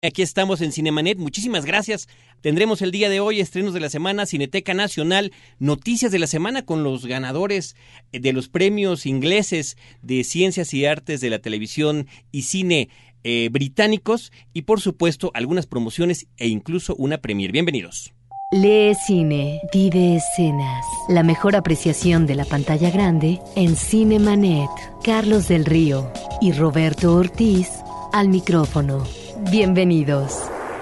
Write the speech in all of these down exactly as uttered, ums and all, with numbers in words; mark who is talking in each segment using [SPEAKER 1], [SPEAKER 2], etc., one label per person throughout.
[SPEAKER 1] Aquí estamos en Cinemanet, muchísimas gracias. Tendremos el día de hoy estrenos de la semana, Cineteca Nacional, noticias de la semana con los ganadores de los premios ingleses de Ciencias y Artes de la Televisión y Cine eh, británicos y por supuesto algunas promociones e incluso una premier. Bienvenidos.
[SPEAKER 2] Lee cine, vive escenas. La mejor apreciación de la pantalla grande en Cinemanet. Carlos del Río y Roberto Ortiz al micrófono. Bienvenidos.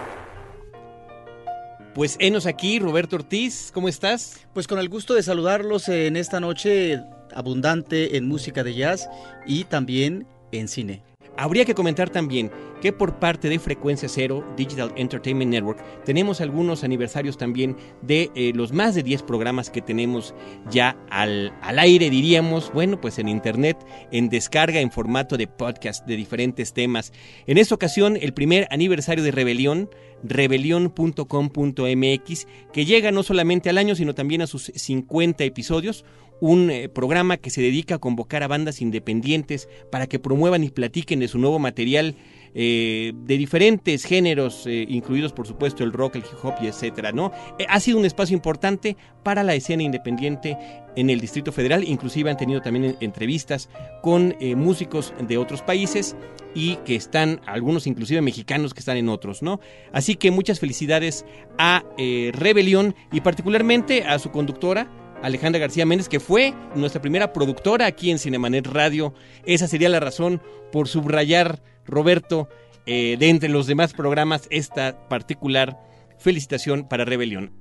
[SPEAKER 1] Pues enos aquí, Roberto Ortiz, ¿cómo estás?
[SPEAKER 3] Pues con el gusto de saludarlos en esta noche abundante en música de jazz y también en cine.
[SPEAKER 1] Habría que comentar también que por parte de Frecuencia Cero, Digital Entertainment Network, tenemos algunos aniversarios también de eh, los más de diez programas que tenemos ya al, al aire, diríamos, bueno, pues en internet, en descarga, en formato de podcast de diferentes temas. En esta ocasión, el primer aniversario de Rebelión, rebelión punto com punto m x, que llega no solamente al año, sino también a sus cincuenta episodios, un eh, programa que se dedica a convocar a bandas independientes para que promuevan y platiquen de su nuevo material eh, de diferentes géneros, eh, incluidos por supuesto el rock, el hip hop y etcétera, ¿no? Eh, ha sido un espacio importante para la escena independiente en el Distrito Federal, inclusive han tenido también entrevistas con eh, músicos de otros países y que están, algunos inclusive mexicanos que están en otros, ¿no? Así que muchas felicidades a eh, Rebelión y particularmente a su conductora, Alejandra García Méndez, que fue nuestra primera productora aquí en Cinemanet Radio. Esa sería la razón por subrayar, Roberto, eh, de entre los demás programas, esta particular felicitación para Rebelión.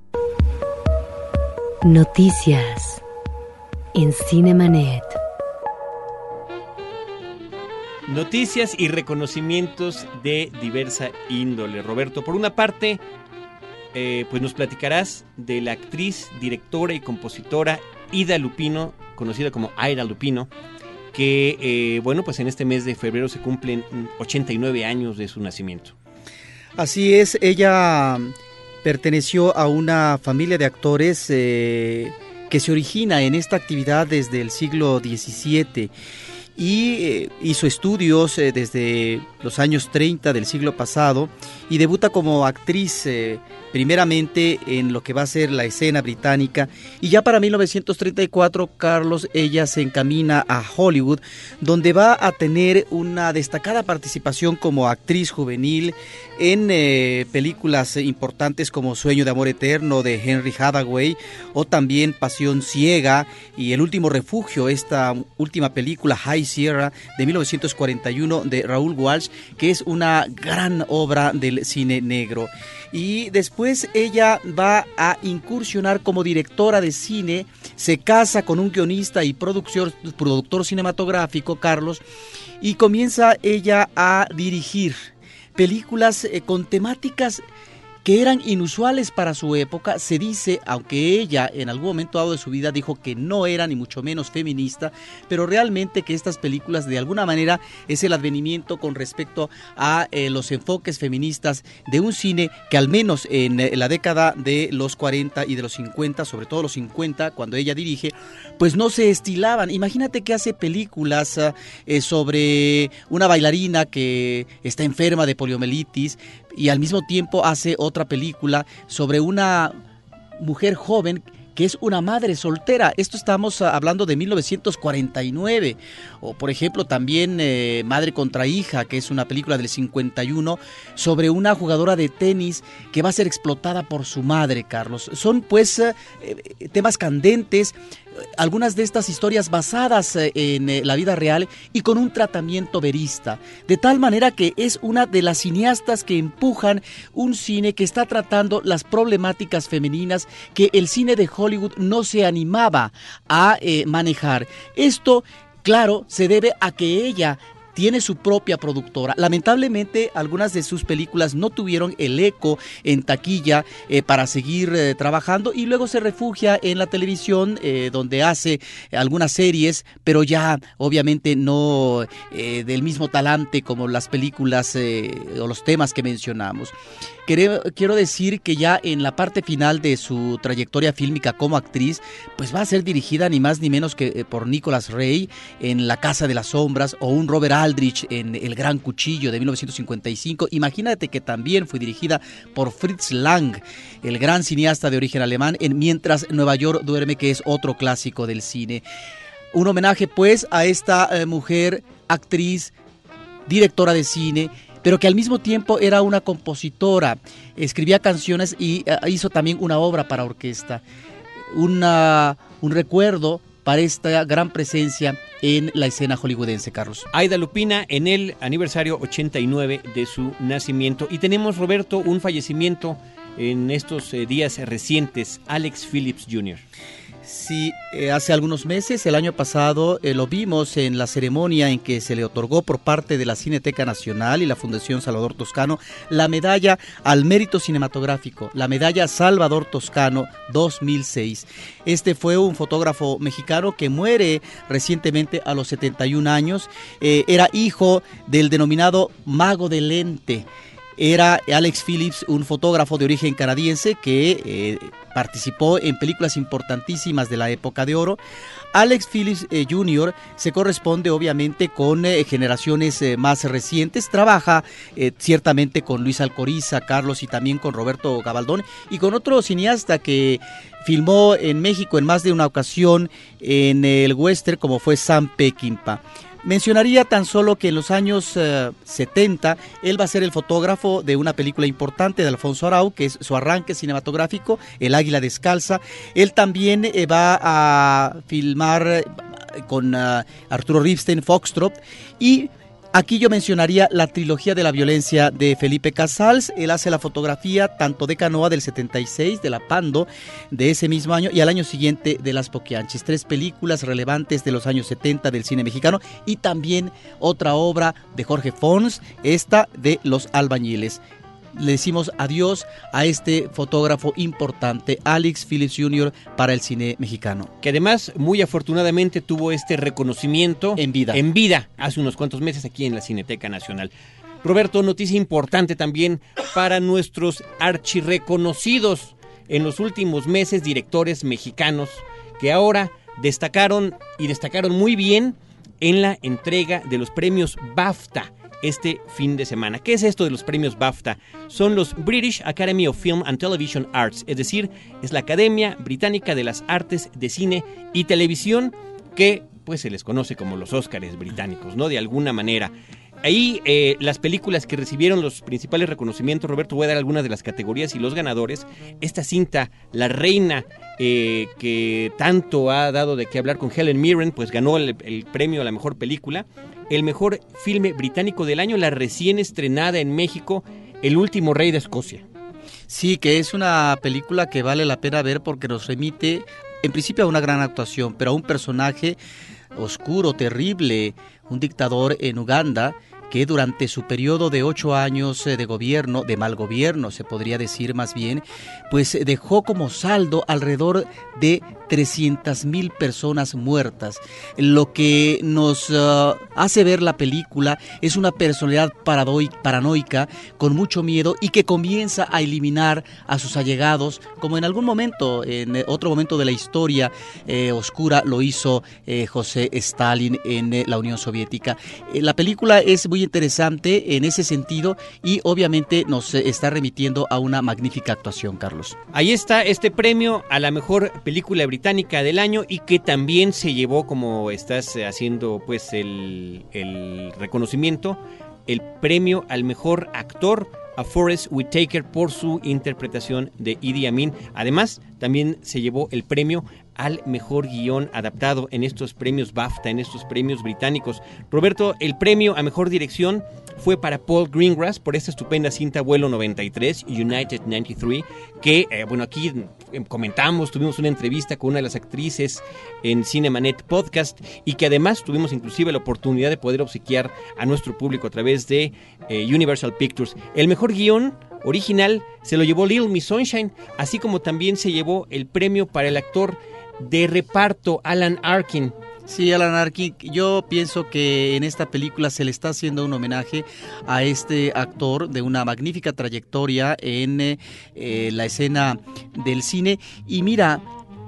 [SPEAKER 2] Noticias en Cinemanet.
[SPEAKER 1] Noticias y reconocimientos de diversa índole. Roberto, por una parte, Eh, pues nos platicarás de la actriz, directora y compositora Ida Lupino, conocida como Ida Lupino, que, eh, bueno, pues en este mes de febrero se cumplen ochenta y nueve años de su nacimiento.
[SPEAKER 3] Así es, ella perteneció a una familia de actores eh, que se origina en esta actividad desde el siglo diecisiete y eh, hizo estudios eh, desde los años treinta del siglo pasado y debuta como actriz eh, primeramente en lo que va a ser la escena británica y ya para mil novecientos treinta y cuatro, Carlos, ella se encamina a Hollywood, donde va a tener una destacada participación como actriz juvenil en eh, películas importantes como Sueño de Amor Eterno de Henry Hathaway o también Pasión Ciega y El Último Refugio, esta última película High Sierra de mil novecientos cuarenta y uno de Raúl Walsh, que es una gran obra del cine negro. Y después ella va a incursionar como directora de cine, se casa con un guionista y productor, productor cinematográfico, Carlos, y comienza ella a dirigir películas eh, con temáticas que eran inusuales para su época. Se dice, aunque ella en algún momento dado de su vida dijo que no era ni mucho menos feminista, pero realmente que estas películas de alguna manera es el advenimiento con respecto a eh, los enfoques feministas de un cine que al menos en eh, la década de los cuarenta y de los cincuenta, sobre todo los cincuenta, cuando ella dirige, pues no se estilaban. Imagínate que hace películas eh, sobre una bailarina que está enferma de poliomielitis y al mismo tiempo hace otra película sobre una mujer joven que es una madre soltera. Esto estamos hablando de mil novecientos cuarenta y nueve. O por ejemplo también eh, Madre contra Hija, que es una película del cincuenta y uno sobre una jugadora de tenis que va a ser explotada por su madre, Carlos. Son pues eh, temas candentes, algunas de estas historias basadas en eh, la vida real y con un tratamiento verista, de tal manera que es una de las cineastas que empujan un cine que está tratando las problemáticas femeninas que el cine de Hollywood no se animaba a eh, manejar. Esto, claro, se debe a que ella tiene su propia productora. Lamentablemente, algunas de sus películas no tuvieron el eco en taquilla eh, para seguir eh, trabajando y luego se refugia en la televisión eh, donde hace algunas series, pero ya obviamente no eh, del mismo talante como las películas eh, o los temas que mencionamos. Quiero, quiero decir que ya en la parte final de su trayectoria fílmica como actriz, pues va a ser dirigida ni más ni menos que por Nicholas Ray en La Casa de las Sombras o un Robert Aldrich en El Gran Cuchillo de mil novecientos cincuenta y cinco. Imagínate que también fue dirigida por Fritz Lang, el gran cineasta de origen alemán, en Mientras Nueva York duerme, que es otro clásico del cine. Un homenaje pues a esta eh, mujer, actriz, directora de cine, pero que al mismo tiempo era una compositora, escribía canciones y uh, hizo también una obra para orquesta. Una, un recuerdo para esta gran presencia en la escena hollywoodense, Carlos.
[SPEAKER 1] Aida Lupina en el aniversario ochenta y nueve de su nacimiento. Y tenemos, Roberto, un fallecimiento en estos eh, días recientes, Alex Phillips junior
[SPEAKER 3] Sí, eh, hace algunos meses, el año pasado, eh, lo vimos en la ceremonia en que se le otorgó por parte de la Cineteca Nacional y la Fundación Salvador Toscano la medalla al mérito cinematográfico, la medalla Salvador Toscano dos mil seis. Este fue un fotógrafo mexicano que muere recientemente a los setenta y un años, eh, era hijo del denominado mago de lente. Era Alex Phillips, un fotógrafo de origen canadiense que eh, participó en películas importantísimas de la época de oro. Alex Phillips eh, junior se corresponde obviamente con eh, generaciones eh, más recientes, trabaja eh, ciertamente con Luis Alcoriza, Carlos, y también con Roberto Gabaldón y con otro cineasta que filmó en México en más de una ocasión en el western, como fue Sam Peckinpah. Mencionaría tan solo que en los años uh, setenta él va a ser el fotógrafo de una película importante de Alfonso Arau, que es su arranque cinematográfico, El Águila Descalza. Él también eh, va a filmar eh, con uh, Arturo Ripstein, Foxtrot, y aquí yo mencionaría la trilogía de la violencia de Felipe Casals. Él hace la fotografía tanto de Canoa del setenta y seis, de La Pando de ese mismo año, y al año siguiente de Las Poquianchis. Tres películas relevantes de los años setenta del cine mexicano, y también otra obra de Jorge Fons, esta de Los Albañiles. Le decimos adiós a este fotógrafo importante, Alex Phillips junior, para el cine mexicano.
[SPEAKER 1] Que además, muy afortunadamente, tuvo este reconocimiento
[SPEAKER 3] en vida.
[SPEAKER 1] En vida, hace unos cuantos meses aquí en la Cineteca Nacional. Roberto, noticia importante también para nuestros archirreconocidos en los últimos meses directores mexicanos que ahora destacaron y destacaron muy bien en la entrega de los premios BAFTA este fin de semana. ¿Qué es esto de los premios BAFTA? Son los British Academy of Film and Television Arts, es decir, es la Academia Británica de las Artes de Cine y Televisión, que pues se les conoce como los Óscares británicos, ¿no? De alguna manera. Ahí eh, las películas que recibieron los principales reconocimientos, Roberto, voy a dar algunas de las categorías y los ganadores. Esta cinta, La Reina, eh, que tanto ha dado de qué hablar con Helen Mirren, pues ganó el, el premio a la mejor película. El mejor filme británico del año, la recién estrenada en México, El Último Rey de Escocia.
[SPEAKER 3] Sí, que es una película que vale la pena ver porque nos remite, en principio, a una gran actuación, pero a un personaje oscuro, terrible, un dictador en Uganda, que durante su periodo de ocho años de gobierno, de mal gobierno se podría decir más bien, pues dejó como saldo alrededor de trescientas mil personas muertas. Lo que nos uh, hace ver la película es una personalidad paranoica, con mucho miedo, y que comienza a eliminar a sus allegados, como en algún momento, en otro momento de la historia eh, oscura, lo hizo eh, José Stalin en eh, la Unión Soviética. Eh, la película es muy interesante en ese sentido y obviamente nos eh, está remitiendo a una magnífica actuación, Carlos.
[SPEAKER 1] Ahí está este premio a la mejor película británica del año, y que también se llevó, como estás haciendo pues el, el reconocimiento, el premio al mejor actor a Forest Whitaker por su interpretación de Idi Amin. Además, también se llevó el premio al mejor guión adaptado en estos premios BAFTA, en estos premios británicos. Roberto, el premio a mejor dirección fue para Paul Greengrass por esta estupenda cinta Vuelo noventa y tres, United noventa y tres, que, eh, bueno, aquí comentamos, tuvimos una entrevista con una de las actrices en Cinemanet Podcast, y que además tuvimos inclusive la oportunidad de poder obsequiar a nuestro público a través de eh, Universal Pictures. El mejor guión original se lo llevó Little Miss Sunshine, así como también se llevó el premio para el actor de reparto, Alan Arkin.
[SPEAKER 3] Sí, Alan Arkin, yo pienso que en esta película se le está haciendo un homenaje a este actor de una magnífica trayectoria en eh, la escena del cine. Y mira,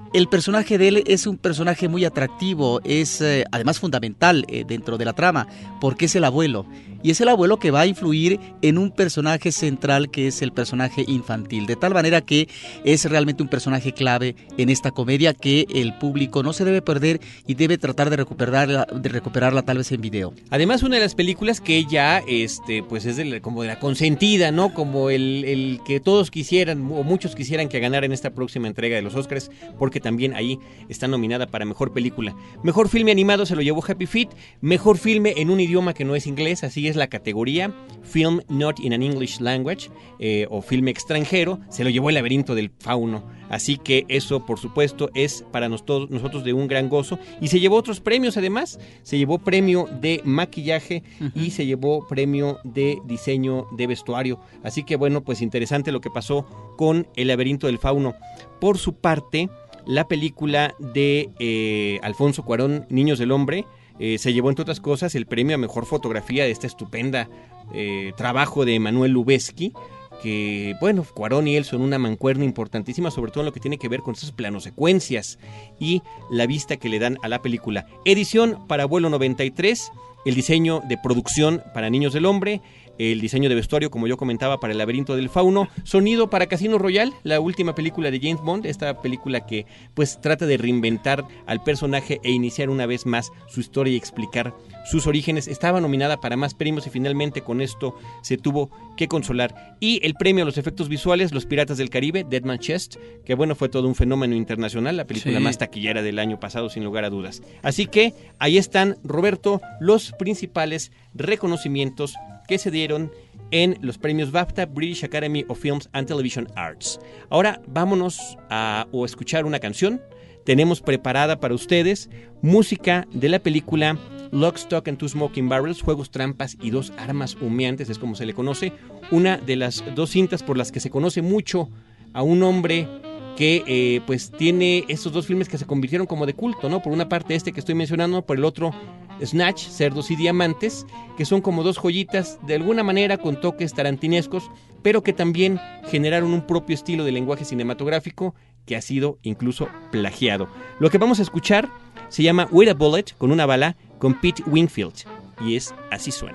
[SPEAKER 3] el personaje de él es un personaje muy atractivo, es eh, además fundamental eh, dentro de la trama, porque es el abuelo. Y es el abuelo que va a influir en un personaje central que es el personaje infantil, de tal manera que es realmente un personaje clave en esta comedia que el público no se debe perder y debe tratar de recuperarla, de recuperarla tal vez en video.
[SPEAKER 1] Además, una de las películas que ya este, pues es de la, como de la consentida, ¿no? Como el, el que todos quisieran, o muchos quisieran que ganara en esta próxima entrega de los Oscars, porque también ahí está nominada para Mejor Película. Mejor Filme Animado se lo llevó Happy Feet, Mejor Filme en un idioma que no es inglés, así es la categoría, Film Not in an English Language, eh, o Filme Extranjero, se lo llevó El Laberinto del Fauno, así que eso por supuesto es para nos, todos, nosotros de un gran gozo, y se llevó otros premios además, se llevó premio de maquillaje uh-huh. y se llevó premio de diseño de vestuario, así que bueno, pues interesante lo que pasó con El Laberinto del Fauno. Por su parte, la película de eh, Alfonso Cuarón, Niños del Hombre, Eh, se llevó entre otras cosas el premio a mejor fotografía de esta estupenda eh, trabajo de Emanuel Lubezki, que bueno, Cuarón y él son una mancuerna importantísima, sobre todo en lo que tiene que ver con esas planosecuencias y la vista que le dan a la película. Edición para Vuelo noventa y tres, el diseño de producción para Niños del Hombre, el diseño de vestuario, como yo comentaba, para El Laberinto del Fauno, sonido para Casino Royale, la última película de James Bond, esta película que pues trata de reinventar al personaje e iniciar una vez más su historia y explicar sus orígenes. Estaba nominada para más premios y finalmente con esto se tuvo que consolar. Y el premio a los efectos visuales, Los Piratas del Caribe, Dead Man's Chest, que bueno, fue todo un fenómeno internacional, la película sí. más taquillera del año pasado, sin lugar a dudas. Así que ahí están, Roberto, los principales reconocimientos que se dieron en los premios BAFTA, British Academy of Films and Television Arts. Ahora vámonos a o escuchar una canción. Tenemos preparada para ustedes música de la película Lock, Stock and Two Smoking Barrels, Juegos, Trampas y Dos Armas Humeantes, es como se le conoce, una de las dos cintas por las que se conoce mucho a un hombre que eh, pues tiene estos dos filmes que se convirtieron como de culto, ¿no? Por una parte este que estoy mencionando, por el otro Snatch, Cerdos y Diamantes, que son como dos joyitas de alguna manera con toques tarantinescos, pero que también generaron un propio estilo de lenguaje cinematográfico que ha sido incluso plagiado. Lo que vamos a escuchar se llama With a Bullet, con una bala, con Pete Wingfield, y es así suena.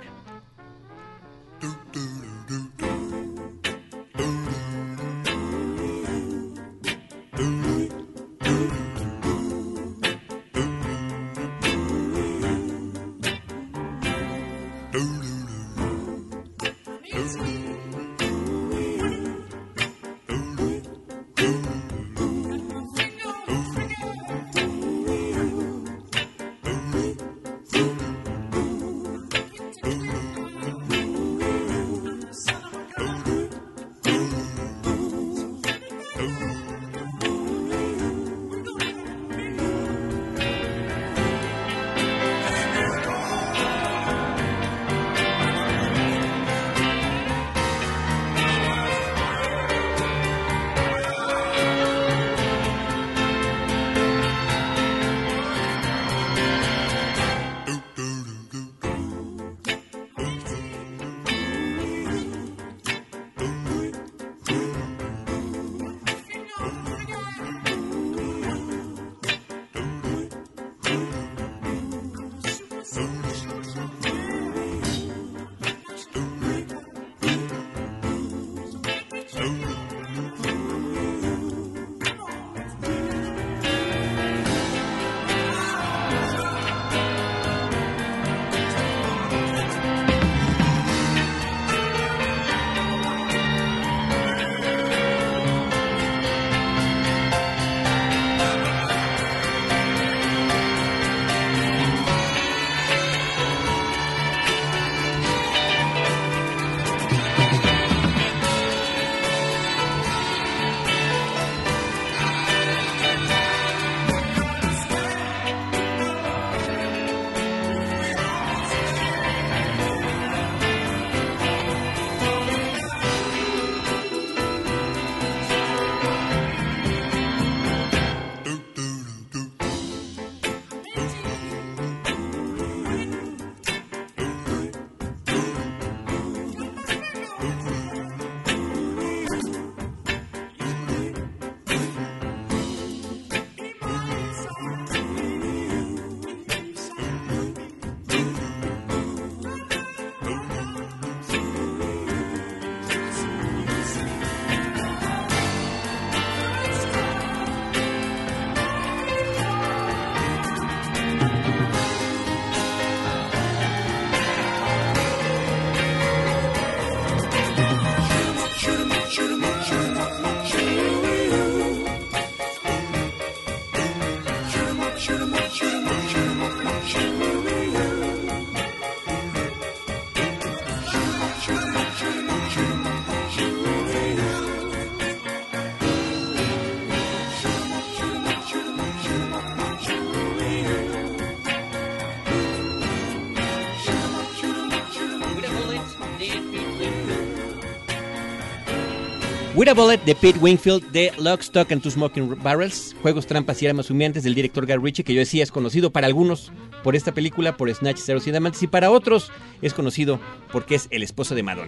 [SPEAKER 1] With a Bullet de Pete Wingfield, de Lock, Stock and Two Smoking Barrels, Juegos, Trampas y Armas Humeantes del director Guy Ritchie, que yo decía es conocido para algunos por esta película, por Snatch, Ceros y Diamantes, y para otros es conocido porque es el esposo de Madonna.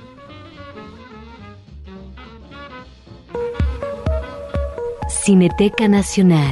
[SPEAKER 2] Cineteca Nacional.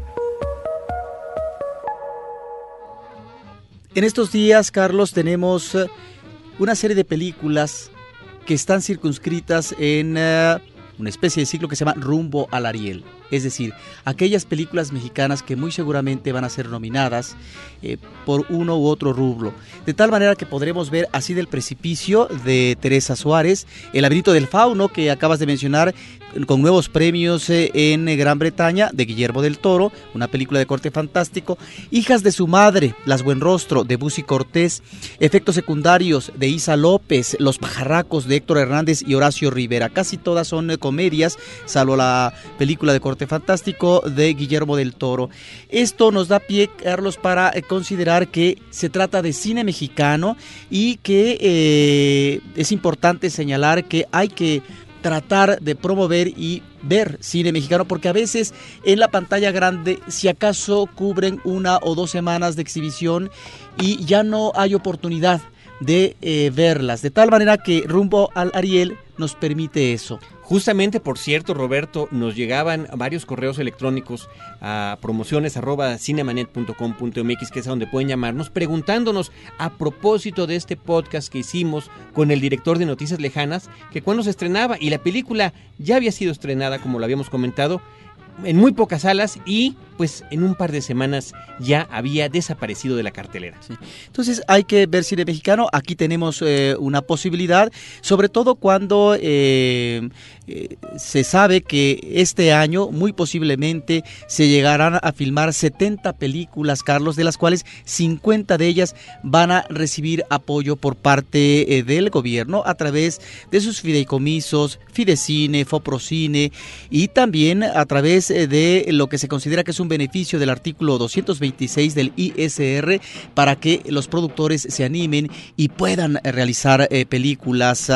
[SPEAKER 3] En estos días, Carlos, tenemos una serie de películas que están circunscritas en uh, una especie de ciclo que se llama Rumbo al Ariel. Es decir, aquellas películas mexicanas que muy seguramente van a ser nominadas eh, por uno u otro rubro. De tal manera que podremos ver Así del Precipicio de Teresa Suárez, El Laberinto del Fauno que acabas de mencionar, con nuevos premios eh, en Gran Bretaña, de Guillermo del Toro, una película de corte fantástico. Hijas de su madre, Las Buenrostro de Busi Cortés, Efectos Secundarios de Isa López, Los Pajarracos de Héctor Hernández y Horacio Rivera. Casi todas son eh, comedias, salvo la película de corte fantástico de Guillermo del Toro. Esto nos da pie, Carlos, para eh, considerar que se trata de cine mexicano y que eh, es importante señalar que hay que tratar de promover y ver cine mexicano, porque a veces en la pantalla grande, si acaso cubren una o dos semanas de exhibición y ya no hay oportunidad de eh, verlas, de tal manera que Rumbo al Ariel nos permite eso.
[SPEAKER 1] Justamente, por cierto, Roberto, nos llegaban varios correos electrónicos a promociones arroba cinemanet punto com punto m x, que es a donde pueden llamarnos, preguntándonos a propósito de este podcast que hicimos con el director de Noticias Lejanas, que cuándo se estrenaba, y la película ya había sido estrenada, como lo habíamos comentado, en muy pocas salas y pues en un par de semanas ya había desaparecido de la cartelera.
[SPEAKER 3] Sí. Entonces hay que ver cine mexicano. Aquí tenemos eh, una posibilidad, sobre todo cuando eh, eh, se sabe que este año muy posiblemente se llegarán a filmar setenta películas, Carlos, de las cuales cincuenta de ellas van a recibir apoyo por parte eh, del gobierno a través de sus fideicomisos, Fidecine, Foprocine, y también a través eh, de lo que se considera que es un beneficio del artículo doscientos veintiséis del I S R para que los productores se animen y puedan realizar eh, películas.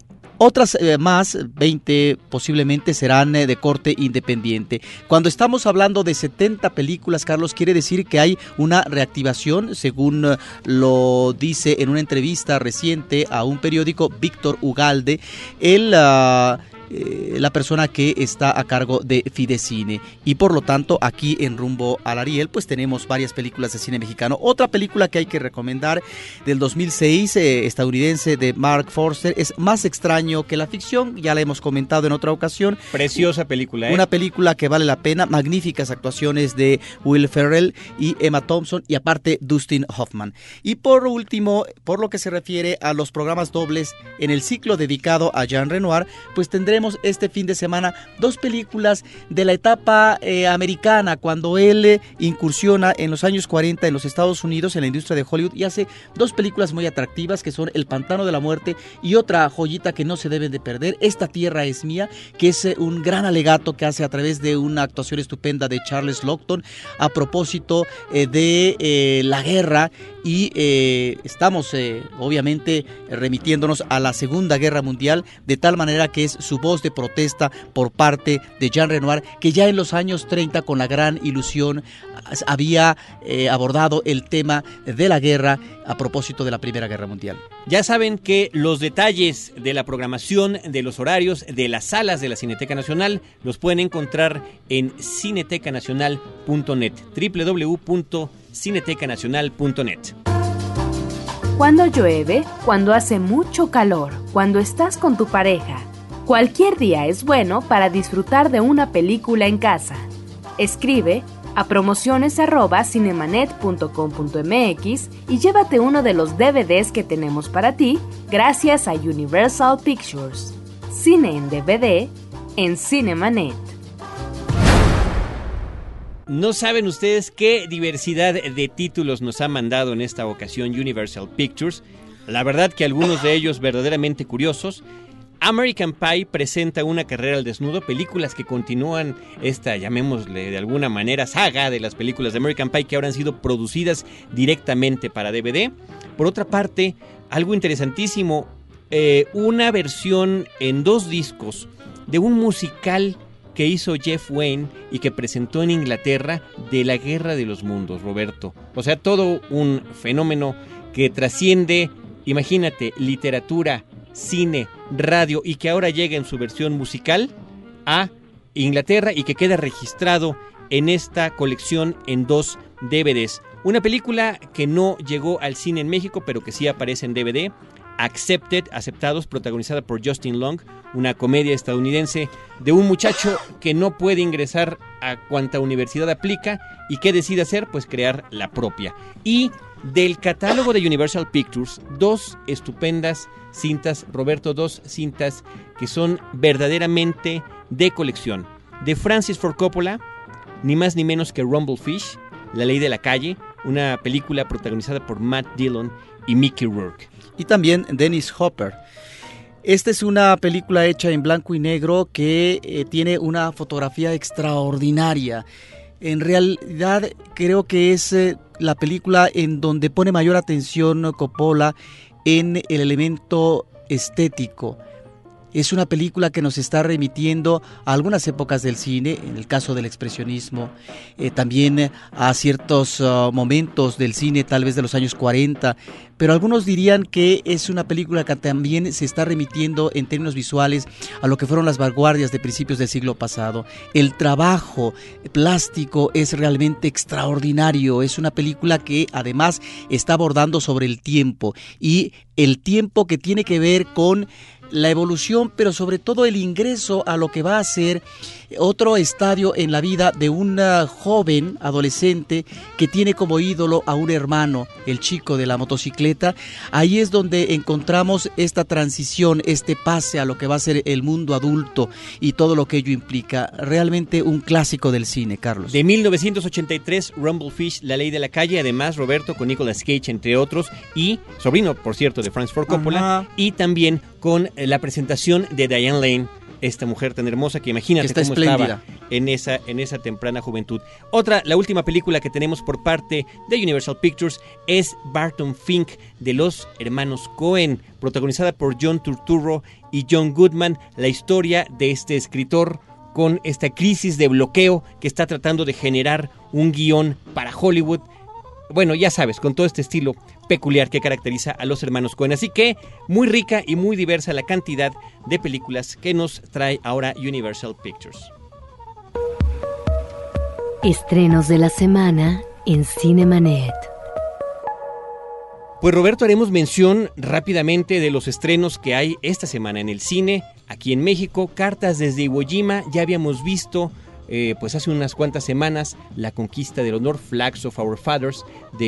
[SPEAKER 3] Otras eh, más, veinte posiblemente, serán eh, de corte independiente. Cuando estamos hablando de setenta películas, Carlos, quiere decir que hay una reactivación, según eh, lo dice en una entrevista reciente a un periódico Víctor Ugalde, el... Uh, la persona que está a cargo de Fidecine, y por lo tanto aquí en Rumbo al Ariel pues tenemos varias películas de cine mexicano. Otra película que hay que recomendar del dos mil seis, eh, estadounidense, de Mark Forster, es Más extraño que la ficción, ya la hemos comentado en otra ocasión.
[SPEAKER 1] Preciosa película, ¿eh?
[SPEAKER 3] Una película que vale la pena, magníficas actuaciones de Will Ferrell y Emma Thompson, y aparte Dustin Hoffman. Y por último, por lo que se refiere a los programas dobles en el ciclo dedicado a Jean Renoir, pues tendremos este fin de semana dos películas de la etapa eh, americana, cuando él eh, incursiona en los años cuarenta en los Estados Unidos, en la industria de Hollywood, y hace dos películas muy atractivas, que son El Pantano de la Muerte y otra joyita que no se deben de perder, Esta tierra es mía, que es eh, un gran alegato que hace a través de una actuación estupenda de Charles Laughton a propósito eh, de eh, la guerra, y eh, estamos eh, obviamente remitiéndonos a la Segunda Guerra Mundial, de tal manera que es su voz de protesta por parte de Jean Renoir, que ya en los años treinta, con la gran ilusión, había eh, abordado el tema de la guerra a propósito de la Primera Guerra Mundial.
[SPEAKER 1] Ya saben que los detalles de la programación, de los horarios, de las salas de la Cineteca Nacional los pueden encontrar en cineteca nacional punto net, doble u doble u doble u punto cineteca nacional punto net.
[SPEAKER 4] Cuando llueve, cuando hace mucho calor, cuando estás con tu pareja, cualquier día es bueno para disfrutar de una película en casa. Escribe a promociones arroba cinemanet punto com punto m x y llévate uno de los D V Ds que tenemos para ti gracias a Universal Pictures. Cine en D V D en Cinemanet.
[SPEAKER 1] No saben ustedes qué diversidad de títulos nos ha mandado en esta ocasión Universal Pictures. La verdad que algunos de ellos verdaderamente curiosos. American Pie presenta Una carrera al desnudo, películas que continúan esta, llamémosle de alguna manera, saga de las películas de American Pie que ahora han sido producidas directamente para D V D. Por otra parte, algo interesantísimo, eh, una versión en dos discos de un musical que hizo Jeff Wayne y que presentó en Inglaterra de la Guerra de los Mundos, Roberto. O sea, todo un fenómeno que trasciende, imagínate, literatura, cine, radio y que ahora llega en su versión musical a Inglaterra y que queda registrado en esta colección en dos D V Ds. Una película que no llegó al cine en México, pero que sí aparece en D V D, Accepted, Aceptados, protagonizada por Justin Long, una comedia estadounidense de un muchacho que no puede ingresar a cuanta universidad aplica y ¿qué decide hacer? Pues crear la propia. Y del catálogo de Universal Pictures, dos estupendas cintas, Roberto, dos cintas que son verdaderamente de colección. De Francis Ford Coppola, ni más ni menos que Rumblefish, La Ley de la Calle, una película protagonizada por Matt Dillon y Mickey Rourke.
[SPEAKER 3] Y también Dennis Hopper. Esta es una película hecha en blanco y negro que eh, tiene una fotografía extraordinaria. En realidad creo que es eh, la película en donde pone mayor atención Coppola en el elemento estético. Es una película que nos está remitiendo a algunas épocas del cine, en el caso del expresionismo, eh, también a ciertos uh, momentos del cine, tal vez de los años cuarenta, pero algunos dirían que es una película que también se está remitiendo en términos visuales a lo que fueron las vanguardias de principios del siglo pasado. El trabajo plástico es realmente extraordinario, es una película que además está abordando sobre el tiempo y el tiempo que tiene que ver con la evolución, pero sobre todo el ingreso a lo que va a ser otro estadio en la vida de un joven adolescente que tiene como ídolo a un hermano, el chico de la motocicleta. Ahí es donde encontramos esta transición, este pase a lo que va a ser el mundo adulto y todo lo que ello implica. Realmente un clásico del cine, Carlos.
[SPEAKER 1] De mil novecientos ochenta y tres, Rumblefish, La Ley de la Calle, además, Roberto, con Nicolas Cage, entre otros, y sobrino, por cierto, de Francis Ford Coppola, Ajá. y también con la presentación de Diane Lane, esta mujer tan hermosa que imagínate
[SPEAKER 3] Está
[SPEAKER 1] cómo
[SPEAKER 3] espléndida.
[SPEAKER 1] estaba en esa, en esa temprana juventud. Otra, la última película que tenemos por parte de Universal Pictures es Barton Fink, de los hermanos Coen, protagonizada por John Turturro y John Goodman, la historia de este escritor con esta crisis de bloqueo que está tratando de generar un guión para Hollywood. Bueno, ya sabes, con todo este estilo peculiar que caracteriza a los hermanos Coen. Así que muy rica y muy diversa la cantidad de películas que nos trae ahora Universal Pictures.
[SPEAKER 2] Estrenos de la semana en Cinemanet.
[SPEAKER 1] Pues Roberto, haremos mención rápidamente de los estrenos que hay esta semana en el cine. Aquí en México, Cartas desde Iwo Jima, ya habíamos visto... Eh, pues hace unas cuantas semanas, La Conquista del Honor, Flags of Our Fathers,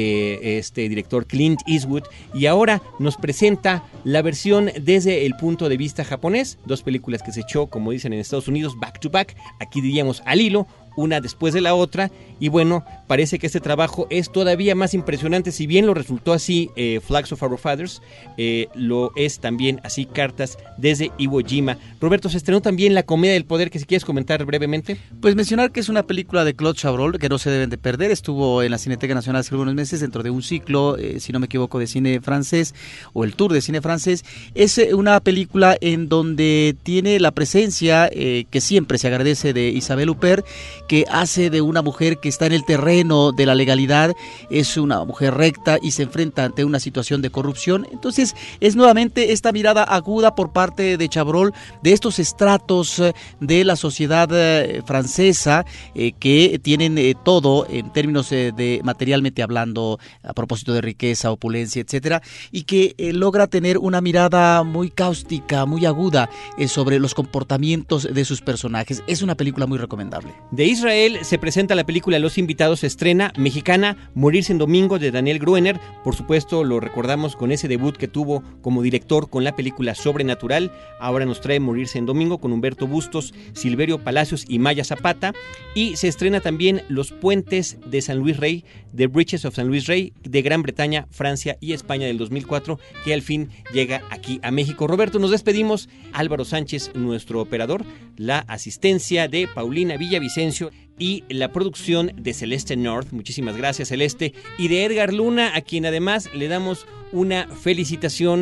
[SPEAKER 1] de este director Clint Eastwood, y ahora nos presenta la versión desde el punto de vista japonés, dos películas que se echó, como dicen en Estados Unidos, back to back, aquí diríamos al hilo, una después de la otra, y bueno, parece que este trabajo es todavía más impresionante, si bien lo resultó así eh, Flags of Our Fathers, eh, lo es también así Cartas desde Iwo Jima. Roberto, se estrenó también La Comedia del Poder, que si quieres comentar brevemente.
[SPEAKER 3] Pues mencionar que es una película de Claude Chabrol que no se deben de perder, estuvo en la Cineteca Nacional hace algunos meses dentro de un ciclo, eh, si no me equivoco, de cine francés, o el tour de cine francés. Es una película en donde tiene la presencia, eh, que siempre se agradece, de Isabelle Huppert, que hace de una mujer que está en el terreno de la legalidad, es una mujer recta y se enfrenta ante una situación de corrupción. Entonces es nuevamente esta mirada aguda por parte de Chabrol de estos estratos de la sociedad francesa eh, que tienen eh, todo en términos eh, de materialmente hablando, a propósito de riqueza, opulencia, etcétera, y que eh, logra tener una mirada muy cáustica, muy aguda eh, sobre los comportamientos de sus personajes. Es una película muy recomendable.
[SPEAKER 1] De Israel se presenta la película Los Invitados, se estrena mexicana Morirse en Domingo, de Daniel Gruener. Por supuesto lo recordamos con ese debut que tuvo como director con la película Sobrenatural. Ahora nos trae Morirse en Domingo con Humberto Bustos, Silverio Palacios y Maya Zapata. Y se estrena también Los Puentes de San Luis Rey, The Bridges of San Luis Rey, de Gran Bretaña, Francia y España, del dos mil cuatro, que al fin llega aquí a México. Roberto, nos despedimos. Álvaro Sánchez, nuestro operador, la asistencia de Paulina Villavicencio y la producción de Celeste North, muchísimas gracias Celeste, y de Edgar Luna, a quien además le damos una felicitación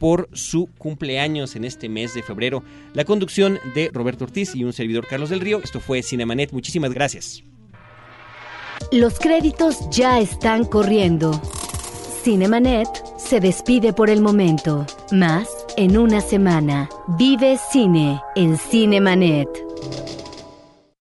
[SPEAKER 1] por su cumpleaños en este mes de febrero. La conducción de Roberto Ortiz y un servidor Carlos del Río. Esto fue Cinemanet. Muchísimas gracias.
[SPEAKER 2] Los créditos ya están corriendo. Cinemanet se despide por el momento. Más en una semana. Vive cine en Cinemanet.